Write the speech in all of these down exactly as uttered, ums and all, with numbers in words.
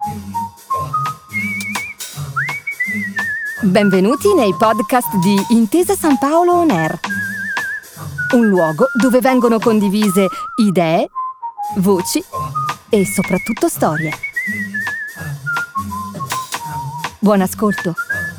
Benvenuti nei podcast di Intesa San Paolo On Air, un luogo dove vengono condivise idee, voci e soprattutto storie. Buon ascolto.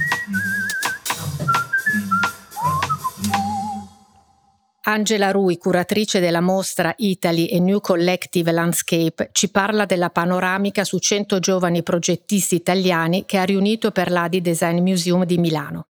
Angela Rui, curatrice della mostra Italy a New Collective Landscape, ci parla della panoramica su cento giovani progettisti italiani che ha riunito per l'A D I Design Museum di Milano.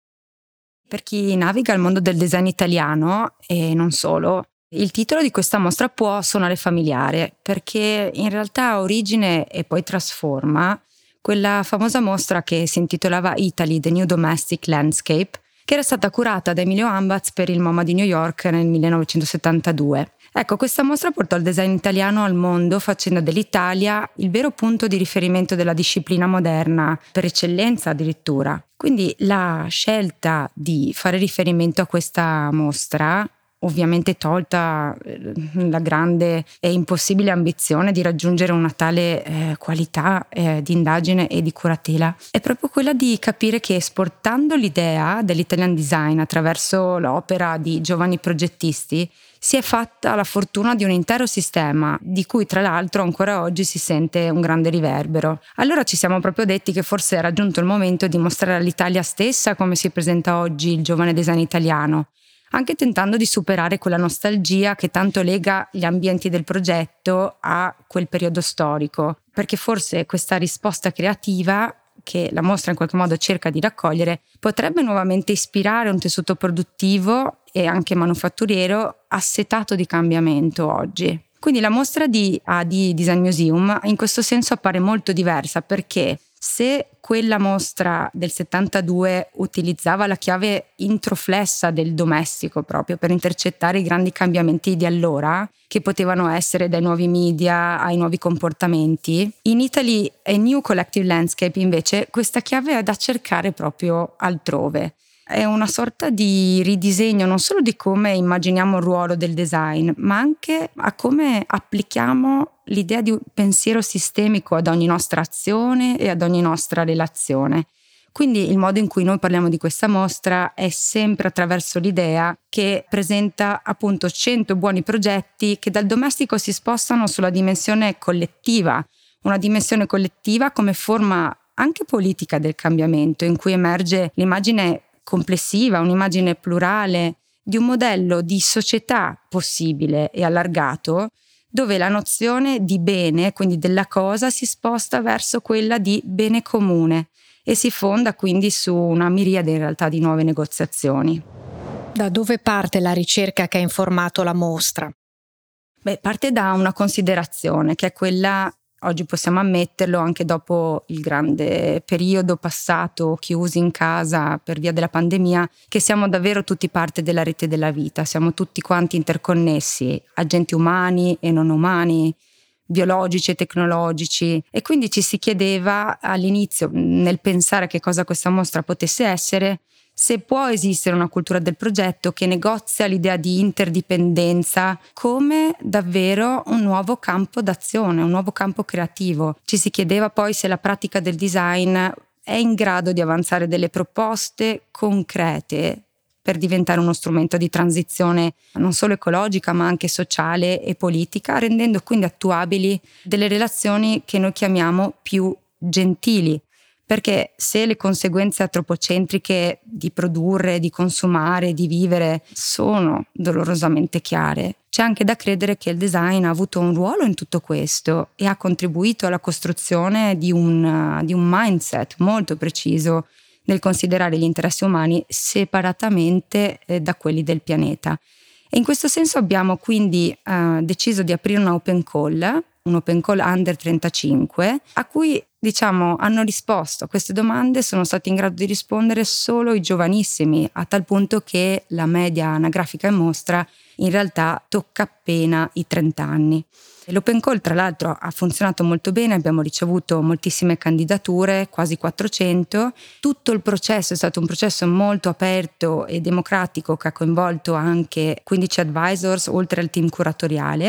Per chi naviga il mondo del design italiano, e non solo, il titolo di questa mostra può suonare familiare, perché in realtà ha origine e poi trasforma quella famosa mostra che si intitolava Italy, the New Domestic Landscape, che era stata curata da Emilio Ambatz per il MoMA di New York nel millenovecentosettantadue. Ecco, questa mostra portò il design italiano al mondo, facendo dell'Italia il vero punto di riferimento della disciplina moderna, per eccellenza addirittura. Quindi la scelta di fare riferimento a questa mostra, ovviamente tolta la grande e impossibile ambizione di raggiungere una tale eh, qualità eh, di indagine e di curatela, è proprio quella di capire che, esportando l'idea dell'Italian design attraverso l'opera di giovani progettisti, si è fatta la fortuna di un intero sistema, di cui tra l'altro ancora oggi si sente un grande riverbero. Allora ci siamo proprio detti che forse era giunto il momento di mostrare all'Italia stessa come si presenta oggi il giovane design italiano, anche tentando di superare quella nostalgia che tanto lega gli ambienti del progetto a quel periodo storico, perché forse questa risposta creativa che la mostra in qualche modo cerca di raccogliere potrebbe nuovamente ispirare un tessuto produttivo e anche manufatturiero assetato di cambiamento oggi. Quindi la mostra di A D I Design Museum in questo senso appare molto diversa, perché se quella mostra del settantadue utilizzava la chiave introflessa del domestico proprio per intercettare i grandi cambiamenti di allora, che potevano essere dai nuovi media ai nuovi comportamenti, in Italy a New Collective Landscape invece questa chiave è da cercare proprio altrove. È una sorta di ridisegno non solo di come immaginiamo il ruolo del design, ma anche a come applichiamo l'idea di un pensiero sistemico ad ogni nostra azione e ad ogni nostra relazione. Quindi il modo in cui noi parliamo di questa mostra è sempre attraverso l'idea che presenta appunto cento buoni progetti che dal domestico si spostano sulla dimensione collettiva, una dimensione collettiva come forma anche politica del cambiamento, in cui emerge l'immagine complessiva, un'immagine plurale di un modello di società possibile e allargato, dove la nozione di bene, quindi della cosa, si sposta verso quella di bene comune e si fonda quindi su una miriade in realtà di nuove negoziazioni. Da dove parte la ricerca che ha informato la mostra? Beh, parte da una considerazione che è quella, oggi possiamo ammetterlo anche dopo il grande periodo passato chiusi in casa per via della pandemia, che siamo davvero tutti parte della rete della vita, siamo tutti quanti interconnessi, agenti umani e non umani, biologici e tecnologici, e quindi ci si chiedeva all'inizio, nel pensare che cosa questa mostra potesse essere, se può esistere una cultura del progetto che negozia l'idea di interdipendenza come davvero un nuovo campo d'azione, un nuovo campo creativo. Ci si chiedeva poi se la pratica del design è in grado di avanzare delle proposte concrete per diventare uno strumento di transizione non solo ecologica ma anche sociale e politica, rendendo quindi attuabili delle relazioni che noi chiamiamo più gentili. Perché se le conseguenze antropocentriche di produrre, di consumare, di vivere sono dolorosamente chiare, c'è anche da credere che il design ha avuto un ruolo in tutto questo e ha contribuito alla costruzione di un, di un mindset molto preciso nel considerare gli interessi umani separatamente eh, da quelli del pianeta. E in questo senso abbiamo quindi eh, deciso di aprire una open call, un open call under trentacinque, a cui diciamo hanno risposto a queste domande, sono stati in grado di rispondere solo i giovanissimi, a tal punto che la media anagrafica in mostra in realtà tocca appena i trenta anni. L'open call tra l'altro ha funzionato molto bene, abbiamo ricevuto moltissime candidature, quasi quattrocento. Tutto il processo è stato un processo molto aperto e democratico che ha coinvolto anche quindici advisors oltre al team curatoriale.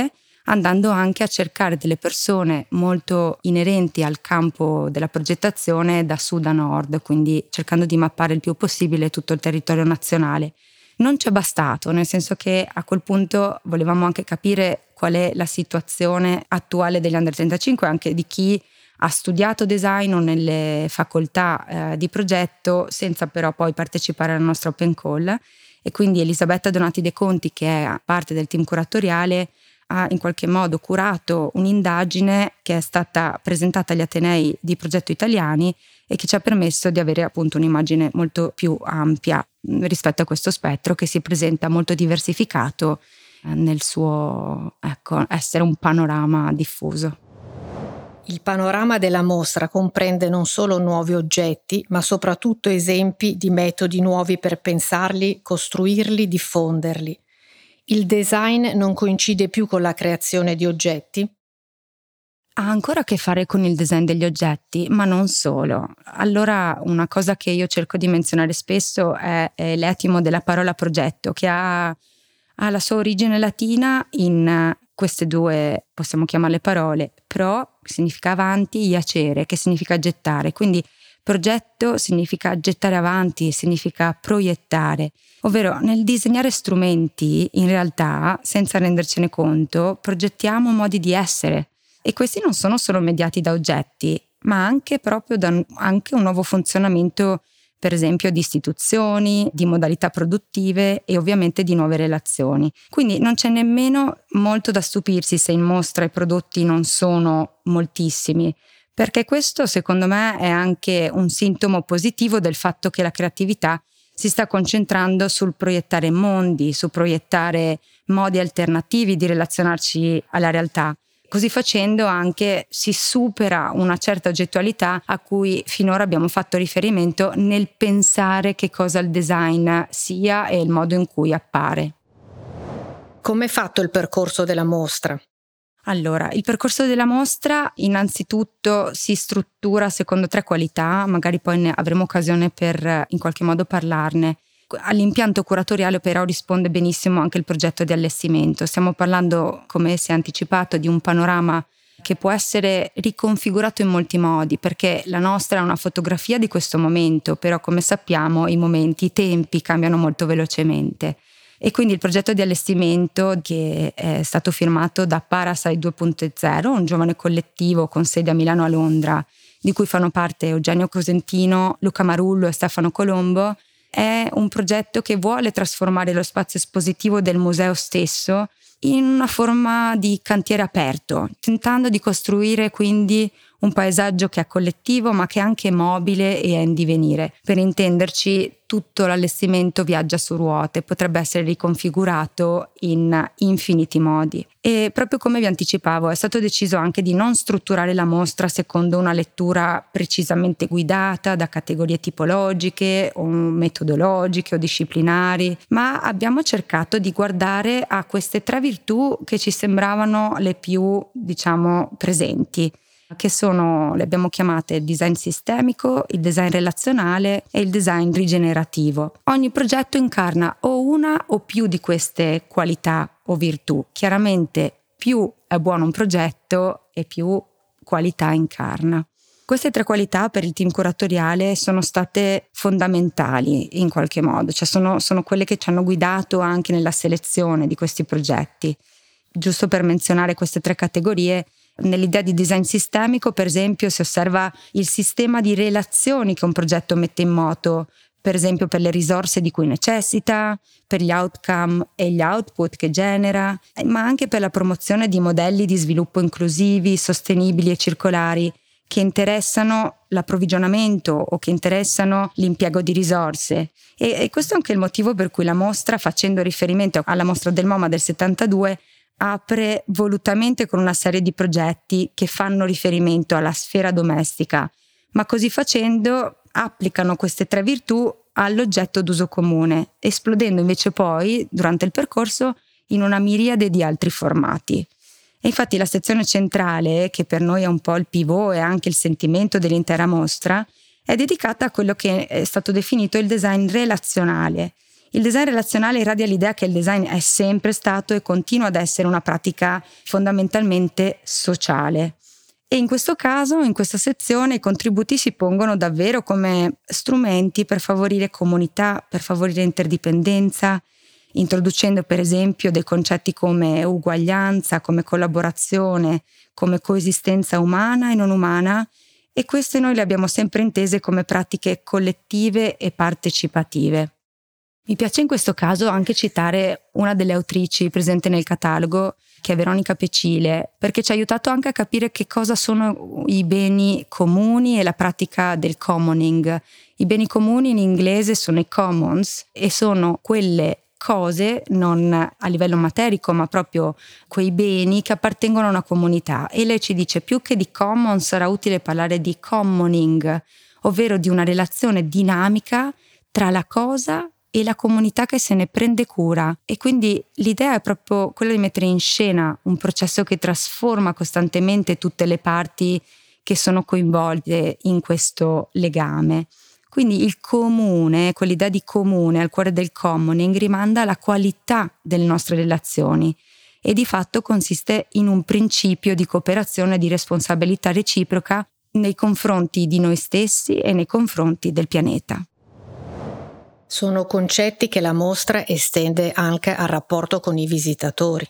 andando anche a cercare delle persone molto inerenti al campo della progettazione da sud a nord, quindi cercando di mappare il più possibile tutto il territorio nazionale. Non ci è bastato, nel senso che a quel punto volevamo anche capire qual è la situazione attuale degli under trentacinque, anche di chi ha studiato design o nelle facoltà eh, di progetto senza però poi partecipare alla nostra open call. E quindi Elisabetta Donati De Conti, che è parte del team curatoriale, ha in qualche modo curato un'indagine che è stata presentata agli atenei di progetto italiani e che ci ha permesso di avere appunto un'immagine molto più ampia rispetto a questo spettro che si presenta molto diversificato nel suo, ecco, essere un panorama diffuso. Il panorama della mostra comprende non solo nuovi oggetti, ma soprattutto esempi di metodi nuovi per pensarli, costruirli, diffonderli. Il design non coincide più con la creazione di oggetti? Ha ancora a che fare con il design degli oggetti, ma non solo. Allora, una cosa che io cerco di menzionare spesso è, è l'etimo della parola progetto, che ha, ha la sua origine latina in queste due, possiamo chiamarle parole. Pro, che significa avanti, iacere, che significa gettare. Quindi progetto significa gettare avanti, significa proiettare. Ovvero, nel disegnare strumenti, in realtà, senza rendercene conto, progettiamo modi di essere. E questi non sono solo mediati da oggetti, ma anche proprio da anche un nuovo funzionamento, per esempio, di istituzioni, di modalità produttive e ovviamente di nuove relazioni. Quindi non c'è nemmeno molto da stupirsi se in mostra i prodotti non sono moltissimi, perché questo secondo me è anche un sintomo positivo del fatto che la creatività si sta concentrando sul proiettare mondi, su proiettare modi alternativi di relazionarci alla realtà. Così facendo anche si supera una certa oggettualità a cui finora abbiamo fatto riferimento nel pensare che cosa il design sia e il modo in cui appare. Come è fatto il percorso della mostra? Allora, il percorso della mostra innanzitutto si struttura secondo tre qualità, magari poi ne avremo occasione per in qualche modo parlarne. All'impianto curatoriale però risponde benissimo anche il progetto di allestimento. Stiamo parlando, come si è anticipato, di un panorama che può essere riconfigurato in molti modi, perché la nostra è una fotografia di questo momento, però come sappiamo i momenti, i tempi cambiano molto velocemente. E quindi il progetto di allestimento, che è stato firmato da Parasite due punto zero, un giovane collettivo con sede a Milano e a Londra, di cui fanno parte Eugenio Cosentino, Luca Marullo e Stefano Colombo, è un progetto che vuole trasformare lo spazio espositivo del museo stesso in una forma di cantiere aperto, tentando di costruire quindi un paesaggio che è collettivo ma che è anche mobile e è in divenire. Per intenderci, tutto l'allestimento viaggia su ruote, potrebbe essere riconfigurato in infiniti modi. E proprio come vi anticipavo, è stato deciso anche di non strutturare la mostra secondo una lettura precisamente guidata da categorie tipologiche o metodologiche o disciplinari, ma abbiamo cercato di guardare a queste tre virtù che ci sembravano le più, diciamo, presenti, che sono, le abbiamo chiamate il design sistemico, il design relazionale e il design rigenerativo. Ogni progetto incarna o una o più di queste qualità o virtù. Chiaramente più è buono un progetto e più qualità incarna. Queste tre qualità per il team curatoriale sono state fondamentali in qualche modo, cioè sono, sono quelle che ci hanno guidato anche nella selezione di questi progetti. Giusto per menzionare queste tre categorie, nell'idea di design sistemico, per esempio, si osserva il sistema di relazioni che un progetto mette in moto, per esempio per le risorse di cui necessita, per gli outcome e gli output che genera, ma anche per la promozione di modelli di sviluppo inclusivi, sostenibili e circolari che interessano l'approvvigionamento o che interessano l'impiego di risorse. E, e questo è anche il motivo per cui la mostra, facendo riferimento alla mostra del MoMA del settantadue, apre volutamente con una serie di progetti che fanno riferimento alla sfera domestica, ma così facendo applicano queste tre virtù all'oggetto d'uso comune, esplodendo invece poi, durante il percorso, in una miriade di altri formati. E infatti la sezione centrale, che per noi è un po' il pivot e anche il sentimento dell'intera mostra, è dedicata a quello che è stato definito il design relazionale. Il design relazionale irradia l'idea che il design è sempre stato e continua ad essere una pratica fondamentalmente sociale. E in questo caso, in questa sezione, i contributi si pongono davvero come strumenti per favorire comunità, per favorire interdipendenza, introducendo per esempio dei concetti come uguaglianza, come collaborazione, come coesistenza umana e non umana, e queste noi le abbiamo sempre intese come pratiche collettive e partecipative. Mi piace in questo caso anche citare una delle autrici presente nel catalogo, che è Veronica Pecile, perché ci ha aiutato anche a capire che cosa sono i beni comuni e la pratica del commoning. I beni comuni in inglese sono i commons e sono quelle cose, non a livello materico, ma proprio quei beni che appartengono a una comunità. E lei ci dice più che di commons sarà utile parlare di commoning, ovvero di una relazione dinamica tra la cosa e la comunità che se ne prende cura. E quindi l'idea è proprio quella di mettere in scena un processo che trasforma costantemente tutte le parti che sono coinvolte in questo legame. Quindi il comune, quell'idea di comune al cuore del commoning, rimanda alla qualità delle nostre relazioni e di fatto consiste in un principio di cooperazione e di responsabilità reciproca nei confronti di noi stessi e nei confronti del pianeta. Sono concetti che la mostra estende anche al rapporto con i visitatori.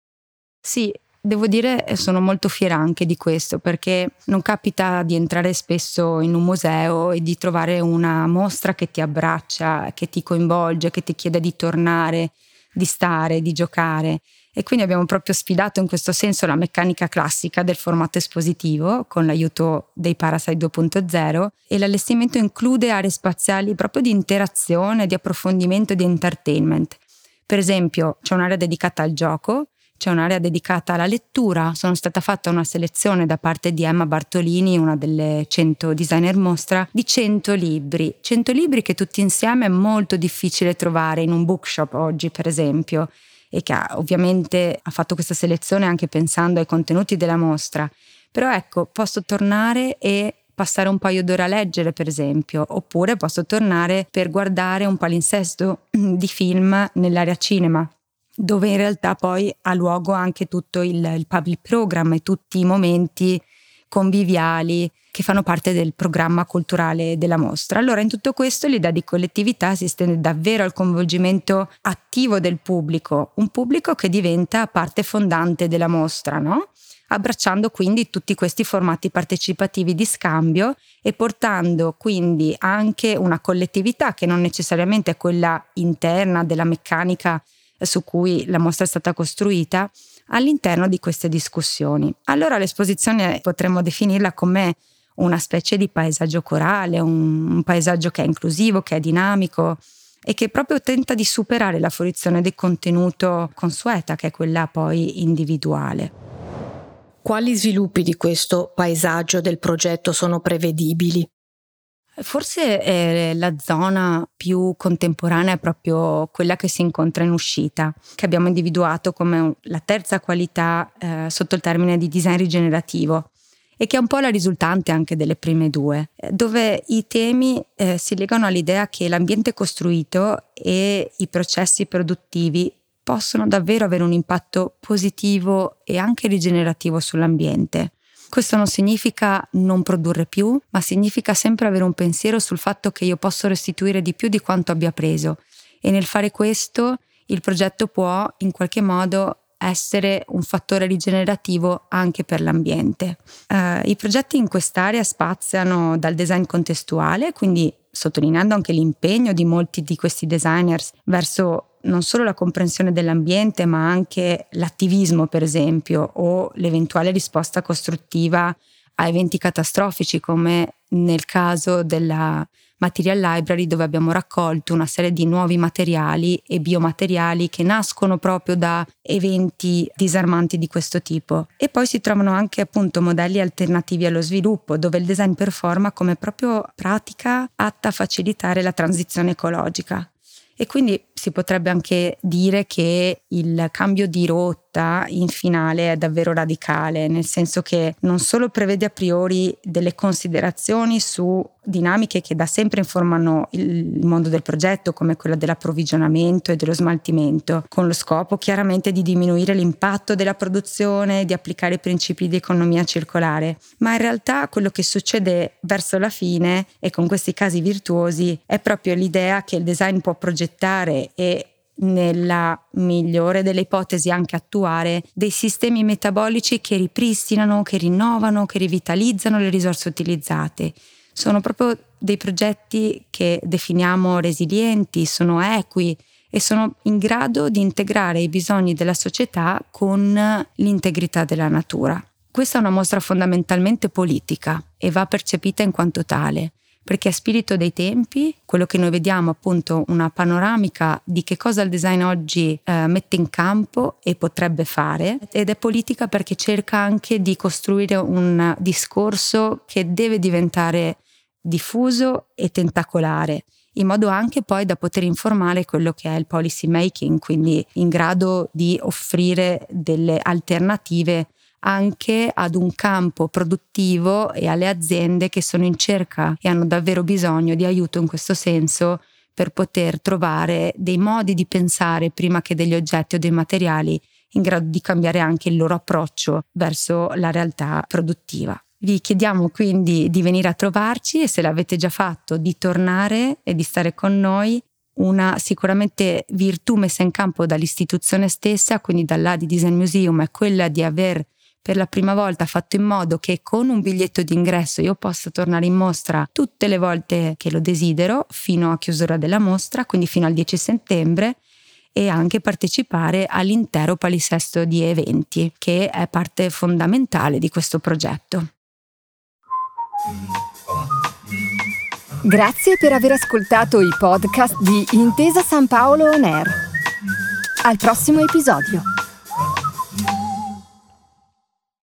Sì, devo dire sono molto fiera anche di questo, perché non capita di entrare spesso in un museo e di trovare una mostra che ti abbraccia, che ti coinvolge, che ti chiede di tornare, di stare, di giocare. E quindi abbiamo proprio sfidato in questo senso la meccanica classica del formato espositivo con l'aiuto dei Parasite due punto zero, e l'allestimento include aree spaziali proprio di interazione, di approfondimento e di entertainment. Per esempio c'è un'area dedicata al gioco, c'è un'area dedicata alla lettura. Sono stata fatta una selezione da parte di Emma Bartolini, una delle cento designer mostra, di cento libri. cento libri che tutti insieme è molto difficile trovare in un bookshop oggi, per esempio, e che ovviamente ha fatto questa selezione anche pensando ai contenuti della mostra. Però ecco, posso tornare e passare un paio d'ore a leggere, per esempio, oppure posso tornare per guardare un palinsesto di film nell'area cinema, dove in realtà poi ha luogo anche tutto il, il public program e tutti i momenti conviviali che fanno parte del programma culturale della mostra. Allora in tutto questo l'idea di collettività si estende davvero al coinvolgimento attivo del pubblico, un pubblico che diventa parte fondante della mostra, no? Abbracciando quindi tutti questi formati partecipativi di scambio e portando quindi anche una collettività che non necessariamente è quella interna della meccanica su cui la mostra è stata costruita all'interno di queste discussioni. Allora l'esposizione potremmo definirla come una specie di paesaggio corale, un, un paesaggio che è inclusivo, che è dinamico e che proprio tenta di superare la fruizione del contenuto consueta, che è quella poi individuale. Quali sviluppi di questo paesaggio del progetto sono prevedibili? Forse eh, la zona più contemporanea è proprio quella che si incontra in uscita, che abbiamo individuato come la terza qualità eh, sotto il termine di design rigenerativo, e che è un po' la risultante anche delle prime due, dove i temi eh, si legano all'idea che l'ambiente costruito e i processi produttivi possono davvero avere un impatto positivo e anche rigenerativo sull'ambiente. Questo non significa non produrre più, ma significa sempre avere un pensiero sul fatto che io posso restituire di più di quanto abbia preso, e nel fare questo il progetto può in qualche modo essere un fattore rigenerativo anche per l'ambiente. Uh, I progetti in quest'area spaziano dal design contestuale, quindi sottolineando anche l'impegno di molti di questi designers verso non solo la comprensione dell'ambiente, ma anche l'attivismo, per esempio, o l'eventuale risposta costruttiva a eventi catastrofici, come nel caso della Material Library, dove abbiamo raccolto una serie di nuovi materiali e biomateriali che nascono proprio da eventi disarmanti di questo tipo. E poi si trovano anche appunto modelli alternativi allo sviluppo, dove il design performa come proprio pratica atta a facilitare la transizione ecologica. E quindi Si potrebbe anche dire che il cambio di rotta in finale è davvero radicale, nel senso che non solo prevede a priori delle considerazioni su dinamiche che da sempre informano il mondo del progetto, come quella dell'approvvigionamento e dello smaltimento, con lo scopo chiaramente di diminuire l'impatto della produzione, di applicare i principi di economia circolare. Ma in realtà quello che succede verso la fine, e con questi casi virtuosi, è proprio l'idea che il design può progettare e nella migliore delle ipotesi anche attuare dei sistemi metabolici che ripristinano, che rinnovano, che rivitalizzano le risorse utilizzate. Sono proprio dei progetti che definiamo resilienti, sono equi e sono in grado di integrare i bisogni della società con l'integrità della natura. Questa è una mostra fondamentalmente politica e va percepita in quanto tale, perché è spirito dei tempi, quello che noi vediamo appunto una panoramica di che cosa il design oggi eh, mette in campo e potrebbe fare, ed è politica perché cerca anche di costruire un discorso che deve diventare diffuso e tentacolare, in modo anche poi da poter informare quello che è il policy making, quindi in grado di offrire delle alternative anche ad un campo produttivo e alle aziende che sono in cerca e hanno davvero bisogno di aiuto in questo senso per poter trovare dei modi di pensare prima che degli oggetti o dei materiali in grado di cambiare anche il loro approccio verso la realtà produttiva. Vi chiediamo quindi di venire a trovarci e, se l'avete già fatto, di tornare e di stare con noi. Una sicuramente virtù messa in campo dall'istituzione stessa, quindi dall'A D I Design Museum, è quella di aver per la prima volta fatto in modo che con un biglietto d'ingresso io possa tornare in mostra tutte le volte che lo desidero fino a chiusura della mostra, quindi fino al dieci settembre, e anche partecipare all'intero palinsesto di eventi, che è parte fondamentale di questo progetto. Grazie per aver ascoltato i podcast di Intesa San Paolo On Air. Al prossimo episodio.